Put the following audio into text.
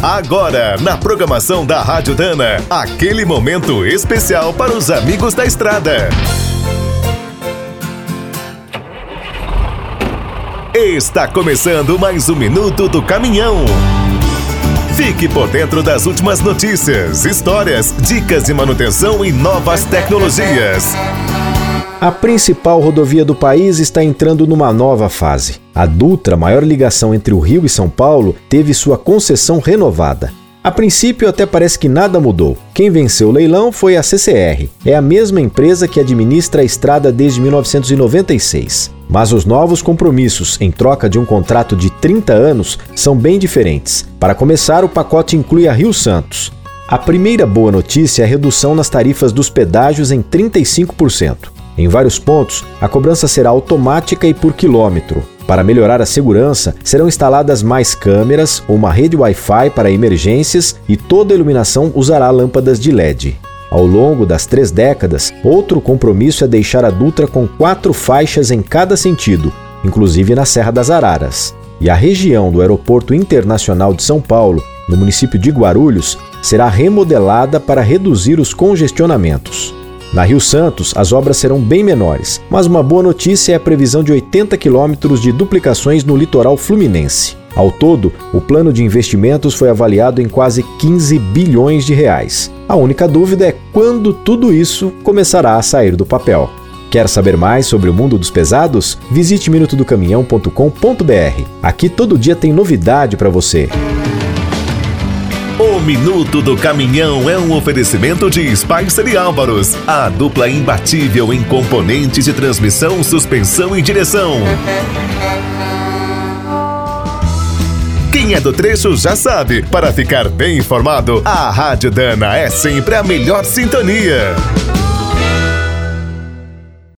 Agora, na programação da Rádio Dana, aquele momento especial para os amigos da estrada. Está começando mais um Minuto do Caminhão. Fique por dentro das últimas notícias, histórias, dicas de manutenção e novas tecnologias. A principal rodovia do país está entrando numa nova fase. A Dutra, maior ligação entre o Rio e São Paulo, teve sua concessão renovada. A princípio, até parece que nada mudou. Quem venceu o leilão foi a CCR. É a mesma empresa que administra a estrada desde 1996. Mas os novos compromissos, em troca de um contrato de 30 anos, são bem diferentes. Para começar, o pacote inclui a Rio Santos. A primeira boa notícia é a redução nas tarifas dos pedágios em 35%. Em vários pontos, a cobrança será automática e por quilômetro. Para melhorar a segurança, serão instaladas mais câmeras, uma rede Wi-Fi para emergências e toda a iluminação usará lâmpadas de LED. Ao longo das 3 décadas, outro compromisso é deixar a Dutra com 4 faixas em cada sentido, inclusive na Serra das Araras. E a região do Aeroporto Internacional de São Paulo, no município de Guarulhos, será remodelada para reduzir os congestionamentos. Na Rio Santos, as obras serão bem menores, mas uma boa notícia é a previsão de 80 quilômetros de duplicações no litoral fluminense. Ao todo, o plano de investimentos foi avaliado em quase 15 bilhões de reais. A única dúvida é quando tudo isso começará a sair do papel. Quer saber mais sobre o mundo dos pesados? Visite minutodocaminhão.com.br. Aqui todo dia tem novidade para você. O Minuto do Caminhão é um oferecimento de Spicer e Álvaros, a dupla imbatível em componentes de transmissão, suspensão e direção. Quem é do trecho já sabe, para ficar bem informado, a Rádio Dana é sempre a melhor sintonia.